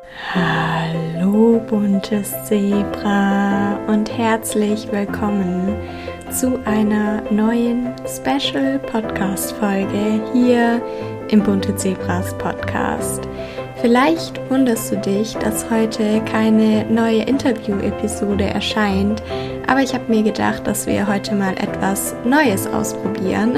Hallo buntes Zebra und herzlich willkommen zu einer neuen Special Podcast Folge hier im Bunte Zebras Podcast. Vielleicht wunderst du dich, dass heute keine neue Interview-Episode erscheint, aber ich habe mir gedacht, dass wir heute mal etwas Neues ausprobieren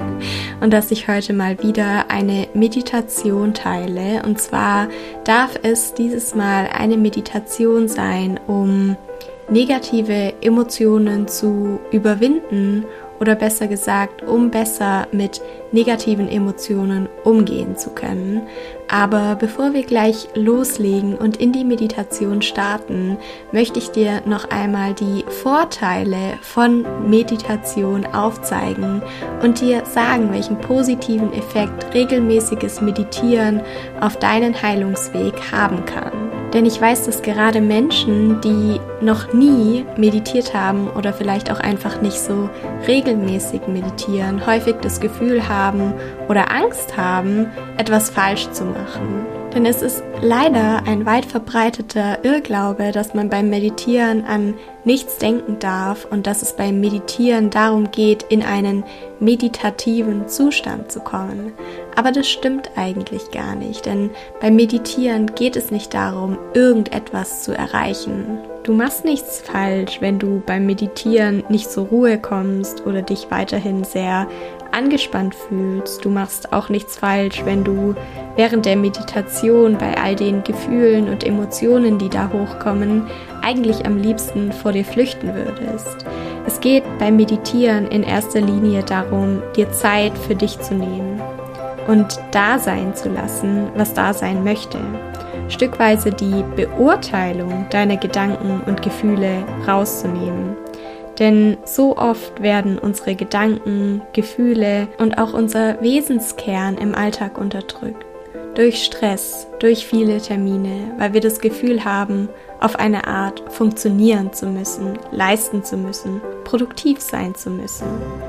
und dass ich heute mal wieder eine Meditation teile. Und zwar darf es dieses Mal eine Meditation sein, um negative Emotionen zu überwinden oder besser gesagt, um besser mit negativen Emotionen umgehen zu können. Aber bevor wir gleich loslegen und in die Meditation starten, möchte ich dir noch einmal die Vorteile von Meditation aufzeigen und dir sagen, welchen positiven Effekt regelmäßiges Meditieren auf deinen Heilungsweg haben kann. Denn ich weiß, dass gerade Menschen, die noch nie meditiert haben oder vielleicht auch einfach nicht so regelmäßig meditieren, häufig das Gefühl haben oder Angst haben, etwas falsch zu machen. Denn es ist leider ein weit verbreiteter Irrglaube, dass man beim Meditieren an nichts denken darf und dass es beim Meditieren darum geht, in einen meditativen Zustand zu kommen. Aber das stimmt eigentlich gar nicht, denn beim Meditieren geht es nicht darum, irgendetwas zu erreichen. Du machst nichts falsch, wenn du beim Meditieren nicht zur Ruhe kommst oder dich weiterhin sehr angespannt fühlst. Du machst auch nichts falsch, wenn du während der Meditation bei all den Gefühlen und Emotionen, die da hochkommen, eigentlich am liebsten vor dir flüchten würdest. Es geht beim Meditieren in erster Linie darum, dir Zeit für dich zu nehmen und da sein zu lassen, was da sein möchte. Stückweise die Beurteilung deiner Gedanken und Gefühle rauszunehmen. Denn so oft werden unsere Gedanken, Gefühle und auch unser Wesenskern im Alltag unterdrückt. Durch Stress, durch viele Termine, weil wir das Gefühl haben, auf eine Art funktionieren zu müssen, leisten zu müssen, produktiv sein zu müssen.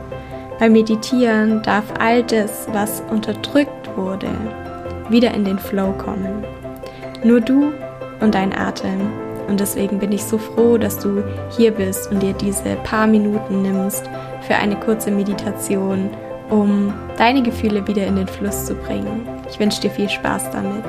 Beim Meditieren darf all das, was unterdrückt wurde, wieder in den Flow kommen. Nur du und dein Atem. Und deswegen bin ich so froh, dass du hier bist und dir diese paar Minuten nimmst für eine kurze Meditation, um deine Gefühle wieder in den Fluss zu bringen. Ich wünsche dir viel Spaß damit.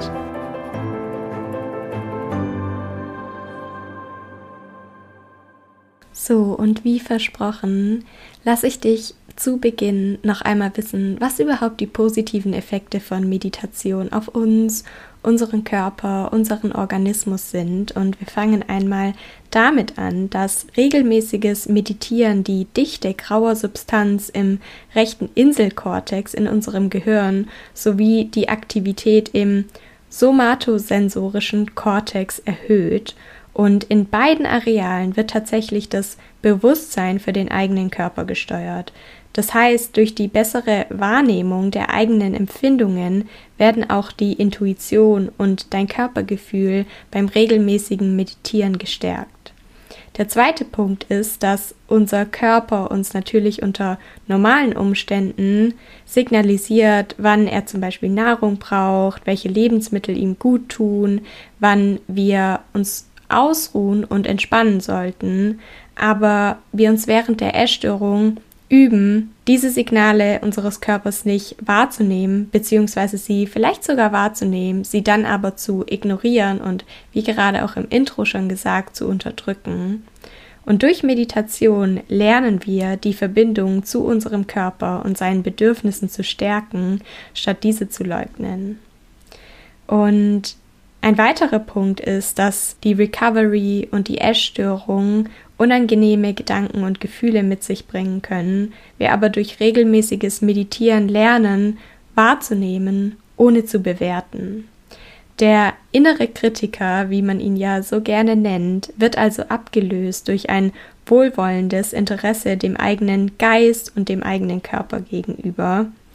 So, und wie versprochen, lasse ich dich zu Beginn noch einmal wissen, was überhaupt die positiven Effekte von Meditation auf uns, unseren Körper, unseren Organismus sind. Und wir fangen einmal damit an, dass regelmäßiges Meditieren die dichte grauer Substanz im rechten Inselkortex in unserem Gehirn sowie die Aktivität im somatosensorischen Kortex erhöht. Und in beiden Arealen wird tatsächlich das Bewusstsein für den eigenen Körper gesteuert. Das heißt, durch die bessere Wahrnehmung der eigenen Empfindungen werden auch die Intuition und dein Körpergefühl beim regelmäßigen Meditieren gestärkt. Der zweite Punkt ist, dass unser Körper uns natürlich unter normalen Umständen signalisiert, wann er zum Beispiel Nahrung braucht, welche Lebensmittel ihm gut tun, wann wir uns ausruhen und entspannen sollten, aber wir uns während der Essstörung üben, diese Signale unseres Körpers nicht wahrzunehmen, beziehungsweise sie vielleicht sogar wahrzunehmen, sie dann aber zu ignorieren und, wie gerade auch im Intro schon gesagt, zu unterdrücken. Und durch Meditation lernen wir, die Verbindung zu unserem Körper und seinen Bedürfnissen zu stärken, statt diese zu leugnen. Und ein weiterer Punkt ist, dass die Recovery und die Essstörung unangenehme Gedanken und Gefühle mit sich bringen können, wir aber durch regelmäßiges Meditieren lernen, wahrzunehmen, ohne zu bewerten. Der innere Kritiker, wie man ihn ja so gerne nennt, wird also abgelöst durch ein wohlwollendes Interesse dem eigenen Geist und dem eigenen Körper gegenüber.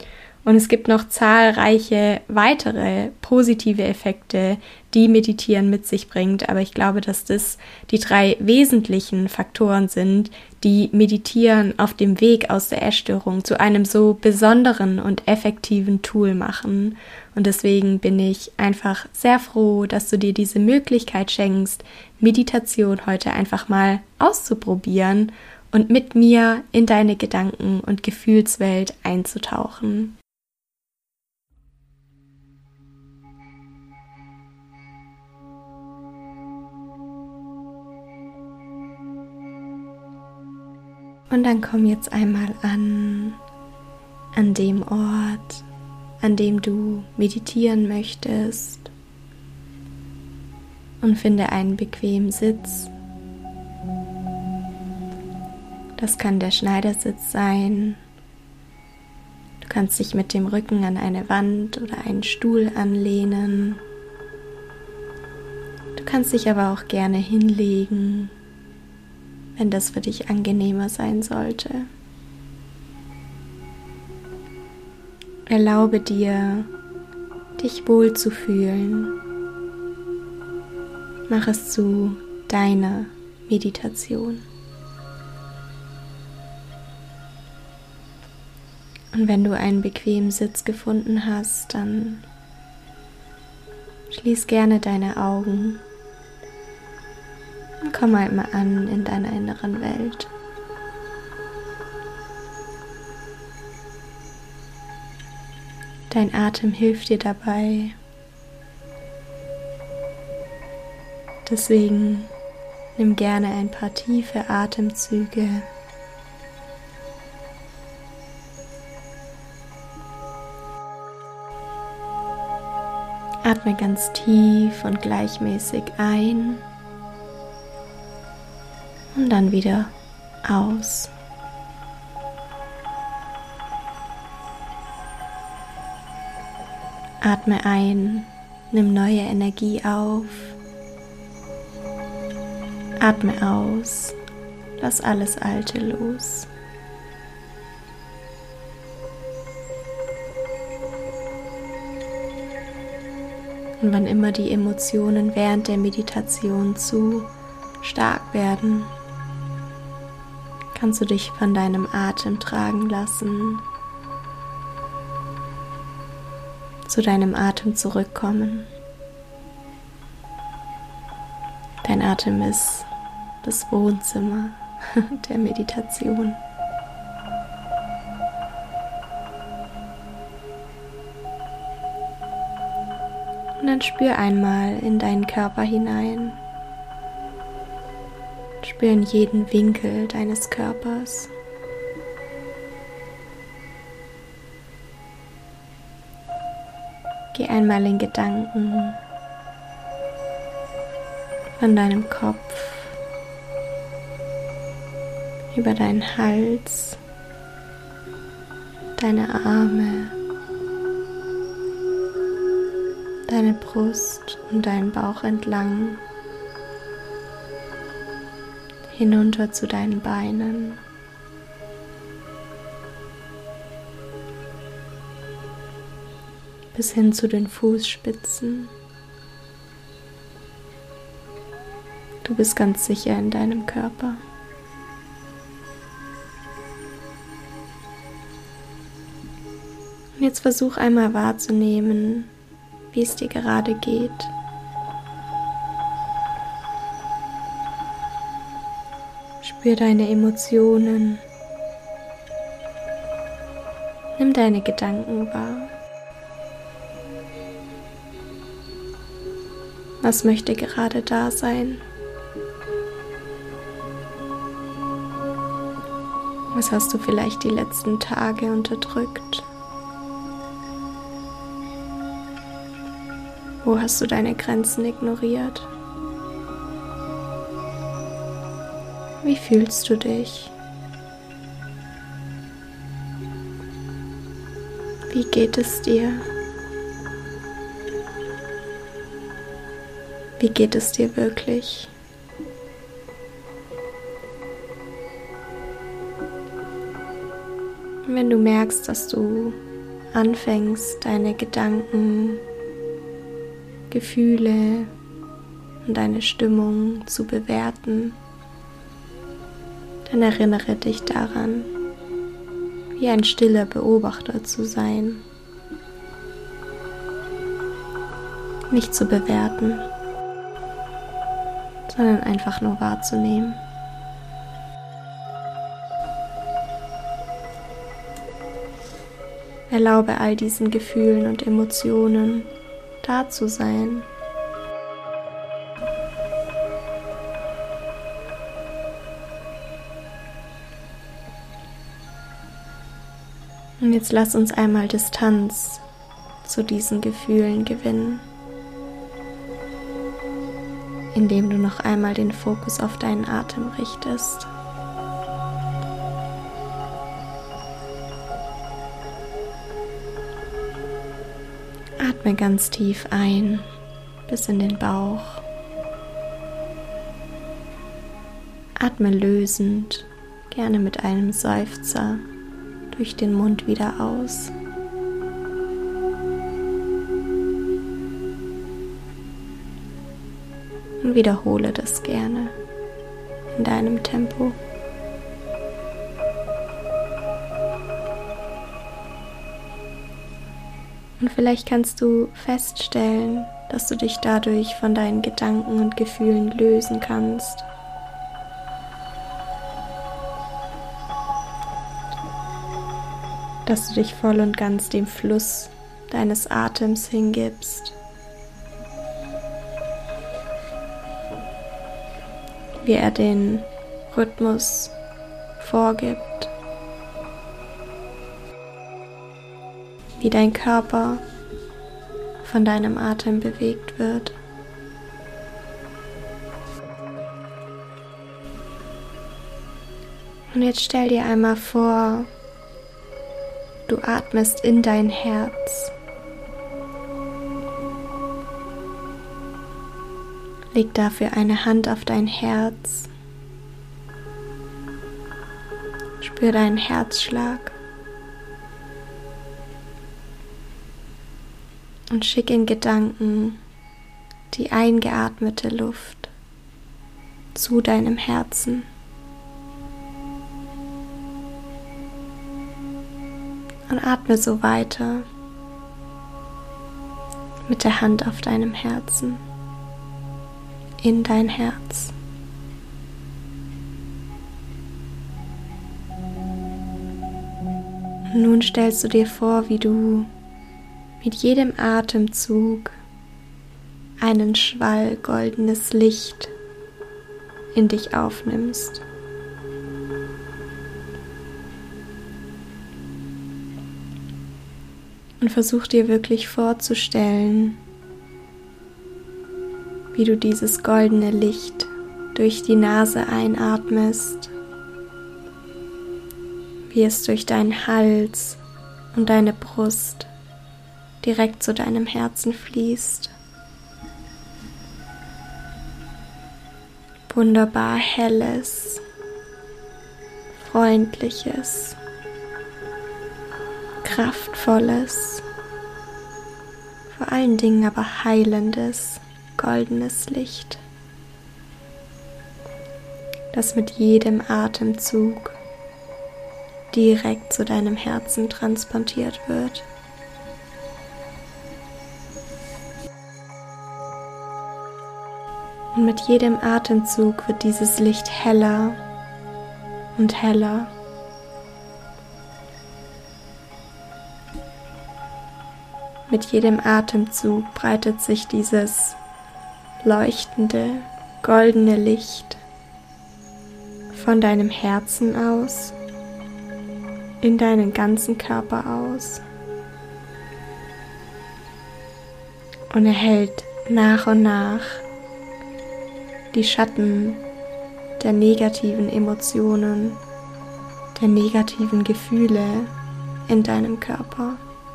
Und es gibt noch zahlreiche weitere positive Effekte, die Meditieren mit sich bringt. Aber ich glaube, dass das die 3 wesentlichen Faktoren sind, die Meditieren auf dem Weg aus der Essstörung zu einem so besonderen und effektiven Tool machen. Und deswegen bin ich einfach sehr froh, dass du dir diese Möglichkeit schenkst, Meditation heute einfach mal auszuprobieren und mit mir in deine Gedanken- und Gefühlswelt einzutauchen. Und dann komm jetzt einmal an dem Ort, an dem du meditieren möchtest, und finde einen bequemen Sitz. Das kann der Schneidersitz sein. Du kannst dich mit dem Rücken an eine Wand oder einen Stuhl anlehnen. Du kannst dich aber auch gerne hinlegen, wenn das für dich angenehmer sein sollte. Erlaube dir, dich wohl zu fühlen. Mach es zu deiner Meditation. Und wenn du einen bequemen Sitz gefunden hast, dann schließ gerne deine Augen und komm einmal an in deiner inneren Welt. Dein Atem hilft dir dabei. Deswegen nimm gerne ein paar tiefe Atemzüge. Atme ganz tief und gleichmäßig ein und dann wieder aus. Atme ein, nimm neue Energie auf. Atme aus, lass alles Alte los. Und wann immer die Emotionen während der Meditation zu stark werden, kannst du dich von deinem Atem tragen lassen, zu deinem Atem zurückkommen. Dein Atem ist das Wohnzimmer der Meditation. Und dann spür einmal in deinen Körper hinein. Spür in jeden Winkel deines Körpers. Geh einmal in Gedanken von deinem Kopf über deinen Hals, deine Arme, deine Brust und deinen Bauch entlang, hinunter zu deinen Beinen. Bis hin zu den Fußspitzen. Du bist ganz sicher in deinem Körper. Und jetzt versuch einmal wahrzunehmen, wie es dir gerade geht. Spür deine Emotionen. Nimm deine Gedanken wahr. Was möchte gerade da sein? Was hast du vielleicht die letzten Tage unterdrückt? Wo hast du deine Grenzen ignoriert? Wie fühlst du dich? Wie geht es dir? Wie geht es dir wirklich? Wenn du merkst, dass du anfängst, deine Gedanken, Gefühle und deine Stimmung zu bewerten, dann erinnere dich daran, wie ein stiller Beobachter zu sein, nicht zu bewerten, sondern einfach nur wahrzunehmen. Erlaube all diesen Gefühlen und Emotionen da zu sein. Und jetzt lass uns einmal Distanz zu diesen Gefühlen gewinnen, indem du noch einmal den Fokus auf deinen Atem richtest. Atme ganz tief ein bis in den Bauch. Atme lösend, gerne mit einem Seufzer, durch den Mund wieder aus. Und wiederhole das gerne in deinem Tempo. Und vielleicht kannst du feststellen, dass du dich dadurch von deinen Gedanken und Gefühlen lösen kannst. Dass du dich voll und ganz dem Fluss deines Atems hingibst. Wie er den Rhythmus vorgibt. Wie dein Körper von deinem Atem bewegt wird. Und jetzt stell dir einmal vor, du atmest in dein Herz. Leg dafür eine Hand auf dein Herz. Spür deinen Herzschlag. Und schick in Gedanken die eingeatmete Luft zu deinem Herzen. Und atme so weiter mit der Hand auf deinem Herzen in dein Herz. Und nun stellst du dir vor, wie du mit jedem Atemzug einen Schwall goldenes Licht in dich aufnimmst. Und versuch dir wirklich vorzustellen, wie du dieses goldene Licht durch die Nase einatmest, wie es durch deinen Hals und deine Brust direkt zu deinem Herzen fließt. Wunderbar helles, freundliches, kraftvolles, vor allen Dingen aber heilendes, goldenes Licht, das mit jedem Atemzug direkt zu deinem Herzen transportiert wird. Und mit jedem Atemzug wird dieses Licht heller und heller. Mit jedem Atemzug breitet sich dieses leuchtende, goldene Licht von deinem Herzen aus, in deinen ganzen Körper aus und erhellt nach und nach die Schatten der negativen Emotionen, der negativen Gefühle in deinem Körper.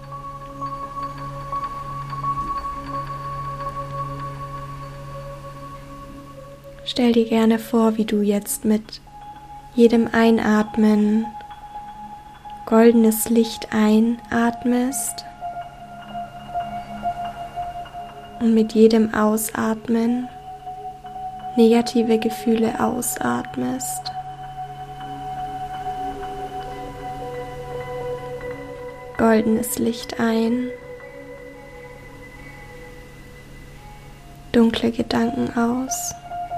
Stell dir gerne vor, wie du jetzt mit jedem Einatmen goldenes Licht einatmest und mit jedem Ausatmen negative Gefühle ausatmest. Goldenes Licht ein, dunkle Gedanken aus,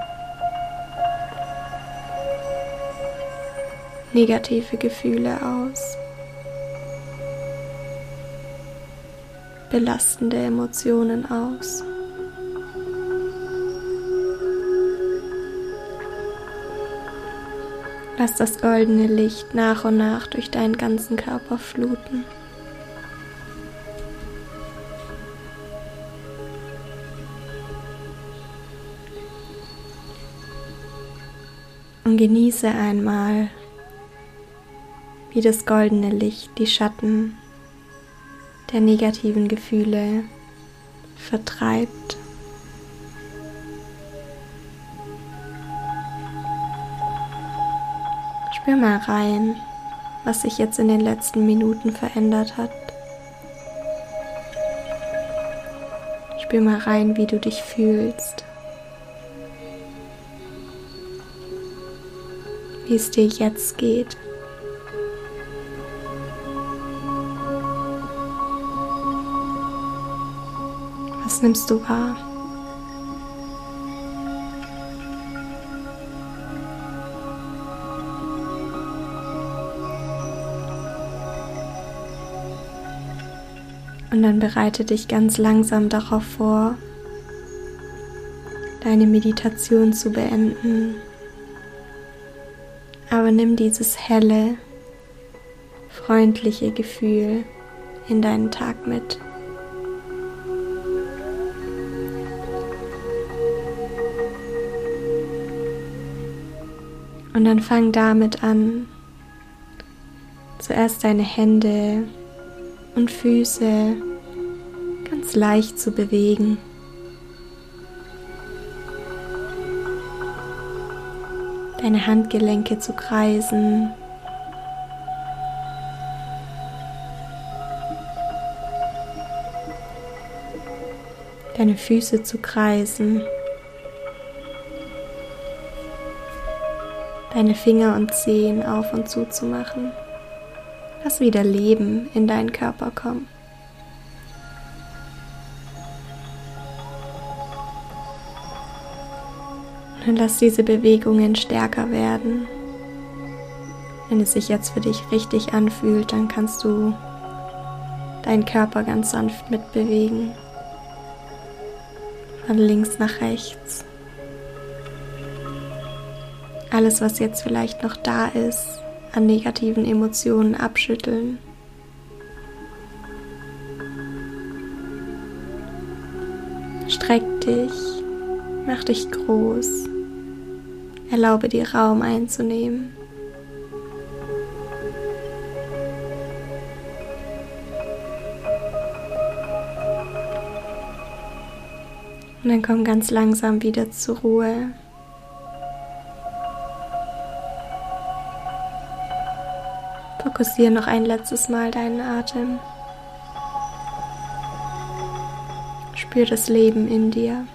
negative Gefühle aus, belastende Emotionen aus. Lass das goldene Licht nach und nach durch deinen ganzen Körper fluten. Und genieße einmal, wie das goldene Licht die Schatten der negativen Gefühle vertreibt. Spür mal rein, was sich jetzt in den letzten Minuten verändert hat. Spür mal rein, wie du dich fühlst. Wie es dir jetzt geht. Was nimmst du wahr? Und dann bereite dich ganz langsam darauf vor, deine Meditation zu beenden. Aber nimm dieses helle, freundliche Gefühl in deinen Tag mit. Und dann fang damit an, zuerst deine Hände und Füße ganz leicht zu bewegen. Deine Handgelenke zu kreisen. Deine Füße zu kreisen. Deine Finger und Zehen auf und zu zu machen. Lass wieder Leben in deinen Körper kommen. Und lass diese Bewegungen stärker werden. Wenn es sich jetzt für dich richtig anfühlt, dann kannst du deinen Körper ganz sanft mitbewegen. Von links nach rechts. Alles, was jetzt vielleicht noch da ist, an negativen Emotionen abschütteln. Streck dich, mach dich groß. Erlaube dir Raum einzunehmen. Und dann komm ganz langsam wieder zur Ruhe. Fokussiere noch ein letztes Mal deinen Atem. Spür das Leben in dir.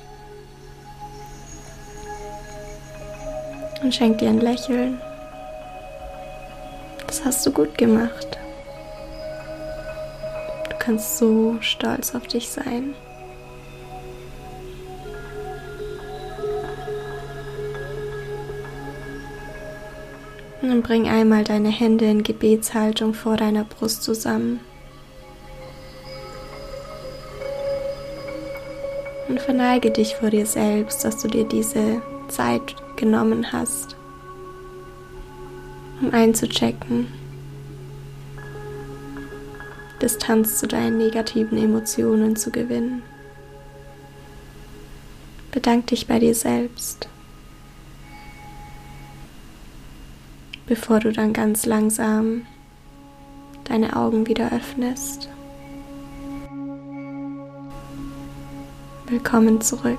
Und schenk dir ein Lächeln. Das hast du gut gemacht. Du kannst so stolz auf dich sein. Und dann bring einmal deine Hände in Gebetshaltung vor deiner Brust zusammen. Und verneige dich vor dir selbst, dass du dir diese Zeit genommen hast, um einzuchecken, Distanz zu deinen negativen Emotionen zu gewinnen. Bedank dich bei dir selbst, bevor du dann ganz langsam deine Augen wieder öffnest. Willkommen zurück.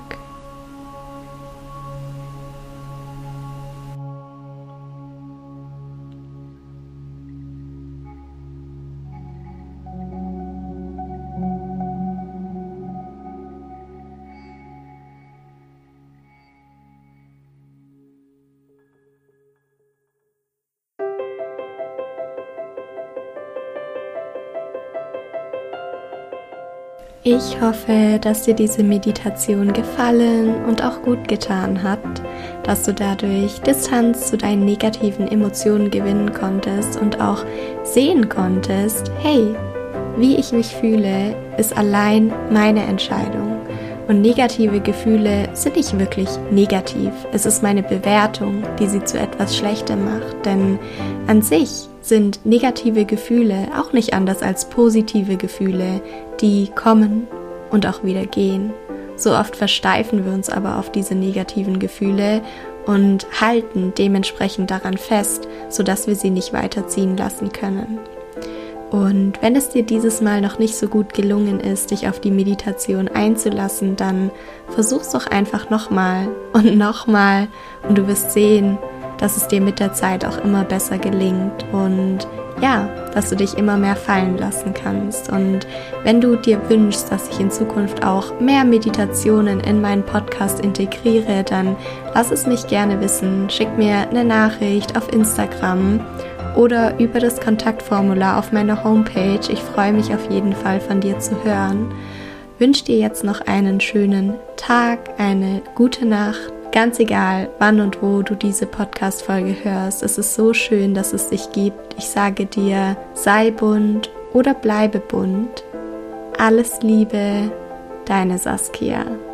Ich hoffe, dass dir diese Meditation gefallen und auch gut getan hat, dass du dadurch Distanz zu deinen negativen Emotionen gewinnen konntest und auch sehen konntest, hey, wie ich mich fühle, ist allein meine Entscheidung. Und negative Gefühle sind nicht wirklich negativ. Es ist meine Bewertung, die sie zu etwas Schlechtem macht. Denn an sich sind negative Gefühle auch nicht anders als positive Gefühle, die kommen und auch wieder gehen. So oft versteifen wir uns aber auf diese negativen Gefühle und halten dementsprechend daran fest, sodass wir sie nicht weiterziehen lassen können. Und wenn es dir dieses Mal noch nicht so gut gelungen ist, dich auf die Meditation einzulassen, dann versuch's doch einfach nochmal und du wirst sehen, dass es dir mit der Zeit auch immer besser gelingt und ja, dass du dich immer mehr fallen lassen kannst. Und wenn du dir wünschst, dass ich in Zukunft auch mehr Meditationen in meinen Podcast integriere, dann lass es mich gerne wissen. Schick mir eine Nachricht auf Instagram oder über das Kontaktformular auf meiner Homepage. Ich freue mich auf jeden Fall von dir zu hören. Wünsche dir jetzt noch einen schönen Tag, eine gute Nacht. Ganz egal, wann und wo du diese Podcast-Folge hörst, es ist so schön, dass es dich gibt. Ich sage dir, sei bunt oder bleibe bunt. Alles Liebe, deine Saskia.